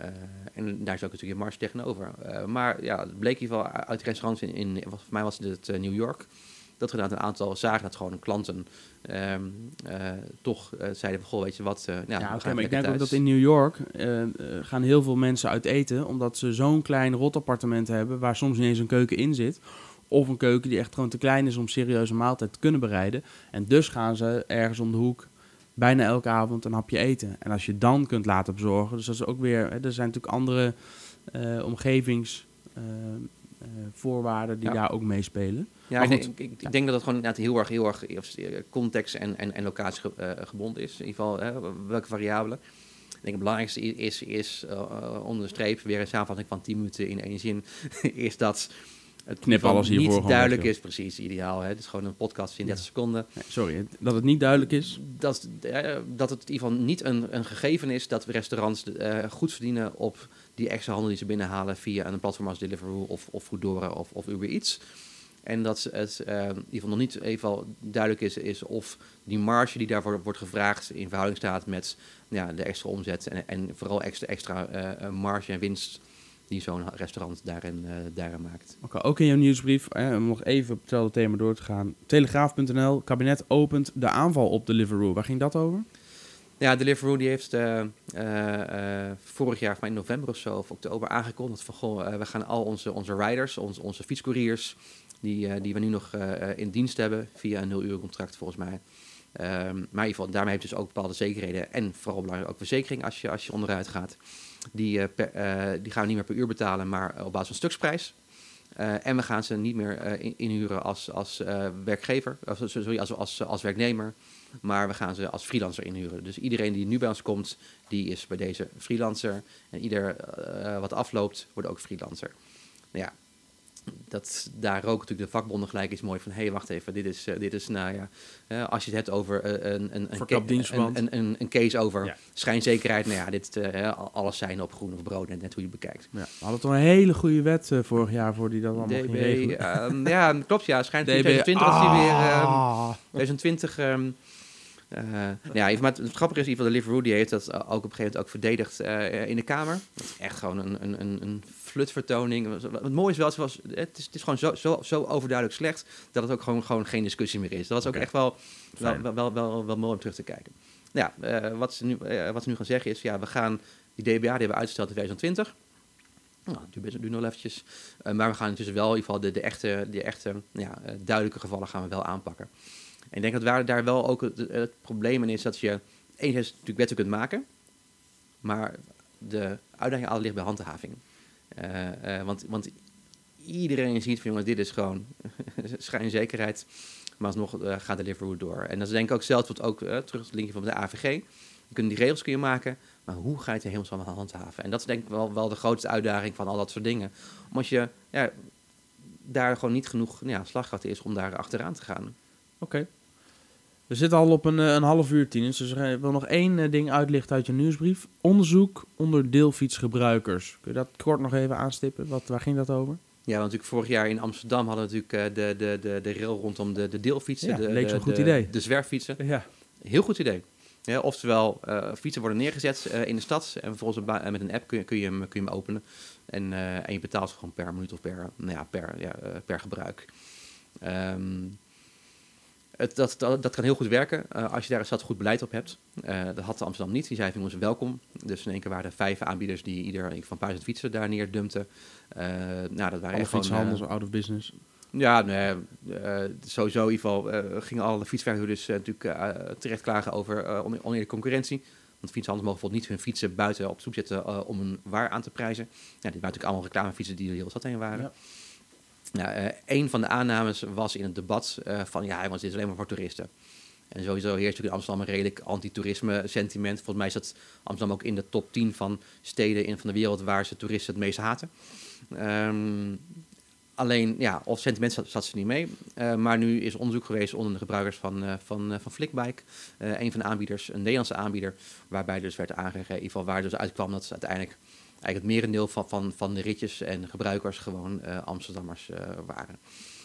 en daar is ook natuurlijk je marge tegenover. Uh, maar ja, het bleek in ieder geval uit restaurants in, in voor mij was het uh, New York, dat er inderdaad een aantal zagen dat gewoon klanten um, uh, toch uh, zeiden van, goh, weet je wat. Uh, ja, ja okay, maar ik denk thuis. ook dat in New York uh, uh, gaan heel veel mensen uit eten, omdat ze zo'n klein rotappartement hebben waar soms niet eens een keuken in zit. Of een keuken die echt gewoon te klein is om serieuze maaltijd te kunnen bereiden. En dus gaan ze ergens om de hoek bijna elke avond een hapje eten. En als je dan kunt laten bezorgen, dus dat is ook weer, hè, er zijn natuurlijk andere uh, omgevingsvoorwaarden uh, uh, die ja. daar ook meespelen. Ja, ik, goed, denk, ik, ja. ik denk dat het gewoon net heel erg, heel erg context en, en, en locatie ge, uh, gebonden is. In ieder geval, hè, welke variabelen. Ik denk het belangrijkste is, is uh, onder de streep, weer een samenvatting van tien minuten in één zin, is dat het knip alles hiervoor niet duidelijk weg, is, precies, ideaal. Hè? Het is gewoon een podcast in dertig seconden. Nee, sorry, dat het niet duidelijk is? Dat, uh, dat het in ieder geval niet een, een gegeven is dat restaurants uh, goed verdienen op die extra handel die ze binnenhalen via een platform als Deliveroo of, of Foodora of, of Uber Eats. En dat het uh, in ieder geval nog niet even duidelijk is, is of die marge die daarvoor wordt gevraagd in verhouding staat met ja, de extra omzet en, en vooral extra, extra uh, marge en winst die zo'n restaurant daarin, uh, daarin maakt. Oké, okay, ook in jouw nieuwsbrief, hè, om nog even op hetzelfde thema door te gaan. Telegraaf punt n l, kabinet opent de aanval op Deliveroo. Waar ging dat over? Ja, Deliveroo die heeft uh, uh, uh, vorig jaar, in november of zo, of oktober, aangekondigd van, goh, uh, we gaan al onze, onze riders, onze, onze fietscouriers, die, uh, die we nu nog uh, in dienst hebben, via een nul uur contract volgens mij. Um, maar in ieder geval, daarmee heeft dus ook bepaalde zekerheden en vooral belangrijk ook verzekering als je, als je onderuit gaat. Die, uh, per, uh, die gaan we niet meer per uur betalen, maar op basis van stuksprijs. Uh, en we gaan ze niet meer uh, in, inhuren als, als uh, werkgever, of, sorry, als, als, als werknemer, maar we gaan ze als freelancer inhuren. Dus iedereen die nu bij ons komt, die is bij deze freelancer. En ieder uh, wat afloopt, wordt ook freelancer. Nou ja, dat, daar roken natuurlijk de vakbonden gelijk is mooi van, hé, hey, wacht even, dit is, uh, dit is nou ja, uh, als je het hebt over uh, een, een, een, een, een, een, een case over ja. schijnzekerheid, nou ja, dit uh, alles zijn op groen of brood, net hoe je het bekijkt. Ja, we hadden toch een hele goede wet uh, vorig jaar voor die dat allemaal D B, ging regelen. Um, ja, klopt, ja, schijnt twintig twintig ah. dat die weer, um, twintig twintig... Um, Uh, nou ja, even, maar het, het grappige is, in ieder geval, de Deliveroo die heeft dat ook op een gegeven moment ook verdedigd uh, in de Kamer. Dat is echt gewoon een, een, een, een flutvertoning. Wat mooi is wel, het, was, het, is, het is gewoon zo, zo, zo overduidelijk slecht dat het ook gewoon, gewoon geen discussie meer is. Dat was ook okay. echt wel wel, wel, wel, wel, wel mooi om terug te kijken. Ja, uh, wat, ze nu, uh, wat ze nu gaan zeggen is, ja, we gaan die D B A die hebben we uitgesteld in twintig twintig. Nou, dat duurt nu nog eventjes. Uh, maar we gaan intussen wel in ieder geval de, de echte, de echte ja, uh, duidelijke gevallen gaan we wel aanpakken. En ik denk dat waar daar wel ook het, het probleem in is dat je enerzijds natuurlijk wetten kunt maken, maar de uitdaging altijd ligt bij handhaving. Uh, uh, want, want iedereen ziet van jongens, dit is gewoon schijnzekerheid, maar alsnog uh, gaat de Deliveroo door. En dat is denk ik ook zelfs wat ook uh, terug het linkje van de A V G. Je kunt die regels kun je maken, maar hoe ga je het er helemaal van handhaven? En dat is denk ik wel, wel de grootste uitdaging van al dat soort dingen. Omdat je ja, daar gewoon niet genoeg ja, slagkracht is om daar achteraan te gaan. Oké. Okay. We zitten al op een, een half uur, Tinus, dus ik wil nog één uh, ding uitlichten uit je nieuwsbrief. Onderzoek onder deelfietsgebruikers. Kun je dat kort nog even aanstippen? Wat, waar ging dat over? Ja, want natuurlijk vorig jaar in Amsterdam hadden we natuurlijk uh, de, de, de, de rail rondom de, de deelfietsen. Ja, de, leek zo'n de, goed de, idee. De zwerffietsen. Ja. Heel goed idee. Ja, oftewel, uh, fietsen worden neergezet uh, in de stad en vervolgens uh, met een app kun je, kun je, hem, kun je hem openen. En, uh, en je betaalt gewoon per minuut of per, nou ja, per, ja, uh, per gebruik. Um, Het, dat, dat, dat kan heel goed werken uh, als je daar een stad goed beleid op hebt. Uh, dat had Amsterdam niet. Die zei van jongens, welkom. Dus in één keer waren er vijf aanbieders die ieder van een paar duizend fietsen daar neerdumpten. Uh, nou, dat waren alle fietshandels uh, out of business. Ja, nee, uh, sowieso in ieder geval uh, gingen alle fietsverhuurders uh, natuurlijk uh, terecht klagen over uh, oneerlijke concurrentie. Want fietshandels mogen bijvoorbeeld niet hun fietsen buiten op stoep zetten uh, om een waar aan te prijzen. Ja, die waren natuurlijk allemaal reclamefietsen die er heel stad heen waren. Ja. Nou, uh, een van de aannames was in het debat uh, van ja, want dit is alleen maar voor toeristen. En sowieso heerst natuurlijk in Amsterdam een redelijk anti-toerisme sentiment. Volgens mij staat Amsterdam ook in de top tien van steden in van de wereld waar ze toeristen het meest haten. Um, alleen, ja, of sentiment zat, zat ze niet mee. Uh, maar nu is onderzoek geweest onder de gebruikers van, uh, van, uh, van Flickbike. Uh, een van de aanbieders, een Nederlandse aanbieder, waarbij dus werd aangegeven, in ieder geval waar dus uitkwam dat ze uiteindelijk eigenlijk het merendeel van, van, van de ritjes en gebruikers gewoon uh, Amsterdammers uh, waren.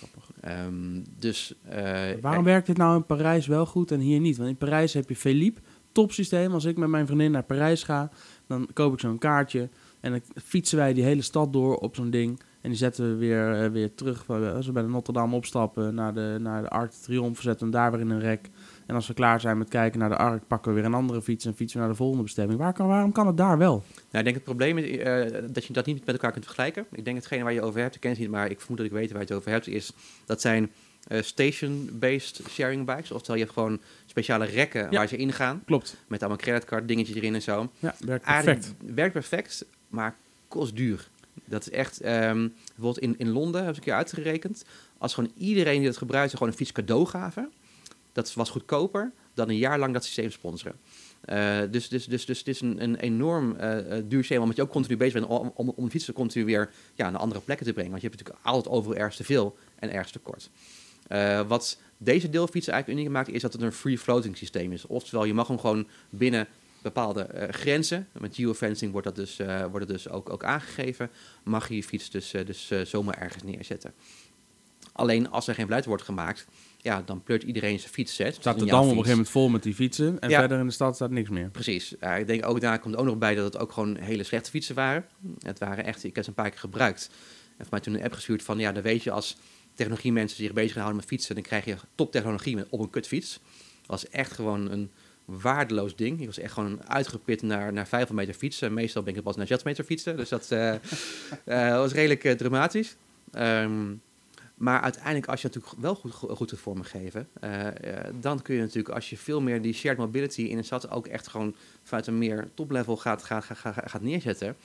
Um, dus, uh, Waarom werkt dit nou in Parijs wel goed en hier niet? Want in Parijs heb je Philippe, topsysteem. Als ik met mijn vriendin naar Parijs ga, dan koop ik zo'n kaartje en dan fietsen wij die hele stad door op zo'n ding. En die zetten we weer, uh, weer terug. Als we bij de Notre Dame opstappen naar de, naar de Arc de Triomphe, zetten we hem daar weer in een rek. En als we klaar zijn met kijken naar de Arc, pakken we weer een andere fiets en fietsen we naar de volgende bestemming. Waar kan, waarom kan het daar wel? Nou, ik denk het probleem is uh, dat je dat niet met elkaar kunt vergelijken. Ik denk hetgene waar je over hebt, ik ken het niet, maar ik vermoed dat ik weet waar je het over hebt, is dat zijn uh, station-based sharing bikes. Oftewel, je hebt gewoon speciale rekken ja, waar ze ingaan. Klopt. Met allemaal creditcard dingetjes erin en zo. Ja, werkt perfect. Aardig, werkt perfect, maar kost duur. Dat is echt, um, bijvoorbeeld in, in Londen, heb ik een keer uitgerekend, als gewoon iedereen die dat gebruikte gewoon een fiets cadeau gaven, dat was goedkoper dan een jaar lang dat systeem sponsoren. Uh, dus, dus, dus, dus het is een, een enorm uh, duur systeem, omdat je ook continu bezig bent om, om, om de fietsen continu weer ja, naar andere plekken te brengen. Want je hebt natuurlijk altijd overal ergens te veel en ergens te kort. Uh, wat deze deelfietsen eigenlijk uniek maakt, is dat het een free floating systeem is. Oftewel, je mag hem gewoon binnen bepaalde uh, grenzen, met geofencing wordt dat dus, uh, wordt het dus ook, ook aangegeven, mag je je fiets dus, uh, dus uh, zomaar ergens neerzetten. Alleen als er geen beleid wordt gemaakt, ja, dan pleurt iedereen zijn fiets zet. Staat de dam op een gegeven moment vol met die fietsen en ja, verder in de stad staat niks meer. Precies. Uh, ik denk ook daar komt ook nog bij dat het ook gewoon hele slechte fietsen waren. Het waren echt, ik heb ze een paar keer gebruikt. En voor mij toen een app gestuurd van, ja, dan weet je als technologie mensen zich bezig houden met fietsen, dan krijg je toptechnologie met op een kutfiets. Dat was echt gewoon een waardeloos ding. Ik was echt gewoon uitgeput naar, naar vijfhonderd meter fietsen. Meestal ben ik pas naar zes meter fietsen. Dus dat uh, uh, was redelijk uh, dramatisch. Um, maar uiteindelijk, als je het natuurlijk wel goed, goed het vorm geven, uh, uh, dan kun je natuurlijk, als je veel meer die shared mobility in een stad ook echt gewoon vanuit een meer top-level gaat, gaat, gaat, gaat neerzetten,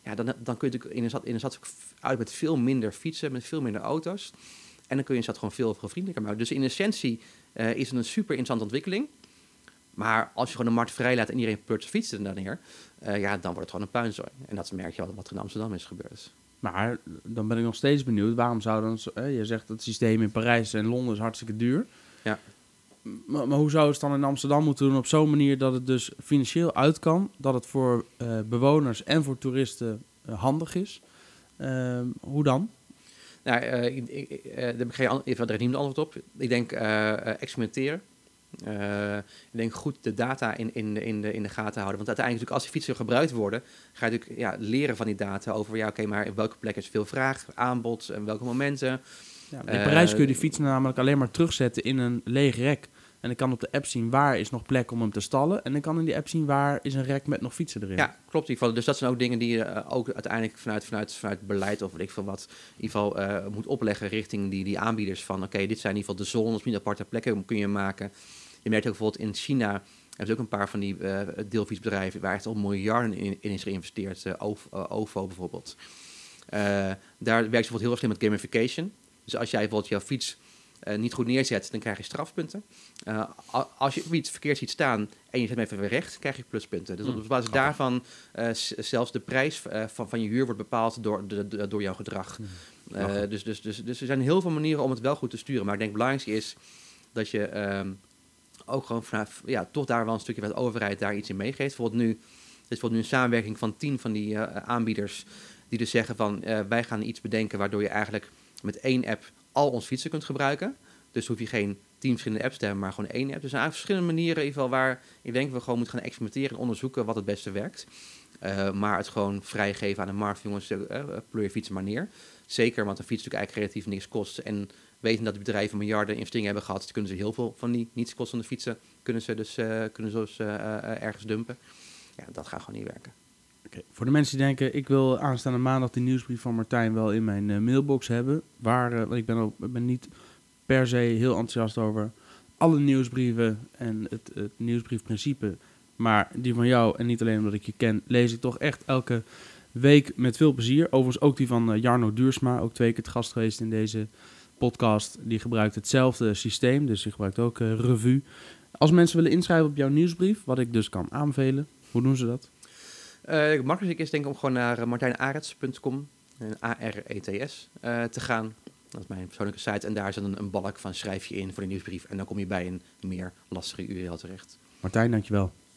ja, dan, dan kun je natuurlijk in een stad, in een stad uit met veel minder fietsen, met veel minder auto's. En dan kun je een stad gewoon veel, veel vriendelijker maken. Dus in essentie uh, is het een super interessante ontwikkeling. Maar als je gewoon de markt vrij laat en iedereen pleurt zijn fietsen daar neer, uh, ja, dan wordt het gewoon een puinzooi. En dat merk je wat, wat er in Amsterdam is gebeurd. Maar dan ben ik nog steeds benieuwd, waarom zou dan... Eh, je zegt dat het systeem in Parijs en Londen is hartstikke duur. Ja. Maar, maar hoe zou het dan in Amsterdam moeten doen op zo'n manier dat het dus financieel uit kan, dat het voor uh, bewoners en voor toeristen uh, handig is? Uh, hoe dan? Nou, uh, ik, ik, uh, daar heb ik geen even niet antwoord op. Ik denk uh, uh, experimenteren. Uh, ik denk goed de data in, in, de, in, de, in de gaten houden. Want uiteindelijk, als die fietsen gebruikt worden, ga je natuurlijk ja, leren van die data over, ja, oké, okay, maar in welke plek is veel vraag, aanbod en welke momenten. Ja, in Parijs kun je die fietsen namelijk alleen maar terugzetten in een leeg rek. En ik kan op de app zien waar is nog plek om hem te stallen. En ik kan in die app zien waar is een rek met nog fietsen erin. Ja, klopt in ieder geval. Dus dat zijn ook dingen die je uh, ook uiteindelijk vanuit, vanuit, vanuit beleid of weet ik veel wat in ieder geval uh, moet opleggen richting die, die aanbieders van oké, okay, dit zijn in ieder geval de zones, niet aparte plekken kun je maken. Je merkt ook bijvoorbeeld in China hebben ze ook een paar van die uh, deelfietsbedrijven waar echt al miljarden in, in is geïnvesteerd. Uh, O V O, uh, bijvoorbeeld. Uh, daar werkt ze bijvoorbeeld heel erg slim met gamification. Dus als jij bijvoorbeeld jouw fiets uh, niet goed neerzet, dan krijg je strafpunten. Uh, als je iets verkeerd ziet staan en je zet hem even weer recht, krijg je pluspunten. Dus op basis daarvan uh, s- zelfs de prijs uh, van, van je huur wordt bepaald door, de, de, door jouw gedrag. Uh, dus, dus, dus, dus er zijn heel veel manieren om het wel goed te sturen. Maar ik denk het belangrijkste is dat je um, ook gewoon vanaf, ja, toch daar wel een stukje van de overheid daar iets in meegeeft. Bijvoorbeeld nu, er is bijvoorbeeld nu een samenwerking van tien van die uh, aanbieders die dus zeggen van uh, wij gaan iets bedenken waardoor je eigenlijk met één app al ons fietsen kunt gebruiken. Dus hoef je geen tien verschillende apps te hebben, maar gewoon één app. Dus er zijn verschillende manieren in ieder geval waar ik denk we gewoon moeten gaan experimenteren en onderzoeken wat het beste werkt. Uh, maar het gewoon vrijgeven aan de markt, jongens, uh, pleur je fietsen maar neer. Zeker, want een fiets natuurlijk eigenlijk relatief niks kost. En weten dat die bedrijven miljarden investeringen hebben gehad, kunnen ze heel veel van die niets kostende fietsen kunnen ze dus, uh, kunnen ze dus uh, uh, ergens dumpen. Ja, dat gaat gewoon niet werken. Okay. Voor de mensen die denken, ik wil aanstaande maandag die nieuwsbrief van Martijn wel in mijn uh, mailbox hebben. Waar, uh, want ik ben, ook, ben niet per se heel enthousiast over alle nieuwsbrieven en het, het nieuwsbriefprincipe. Maar die van jou, en niet alleen omdat ik je ken, lees ik toch echt elke week met veel plezier. Overigens ook die van uh, Jarno Duursma, ook twee keer te gast geweest in deze podcast. Die gebruikt hetzelfde systeem, dus die gebruikt ook uh, Revue. Als mensen willen inschrijven op jouw nieuwsbrief, wat ik dus kan aanbevelen, hoe doen ze dat? Uh, het makkelijkste is denk ik om gewoon naar uh, martijnarets punt com, A R E T S, uh, te gaan. Dat is mijn persoonlijke site. En daar zit een, een balk van schrijf je in voor de nieuwsbrief. En dan kom je bij een meer lastige U R L terecht. Martijn, dankjewel.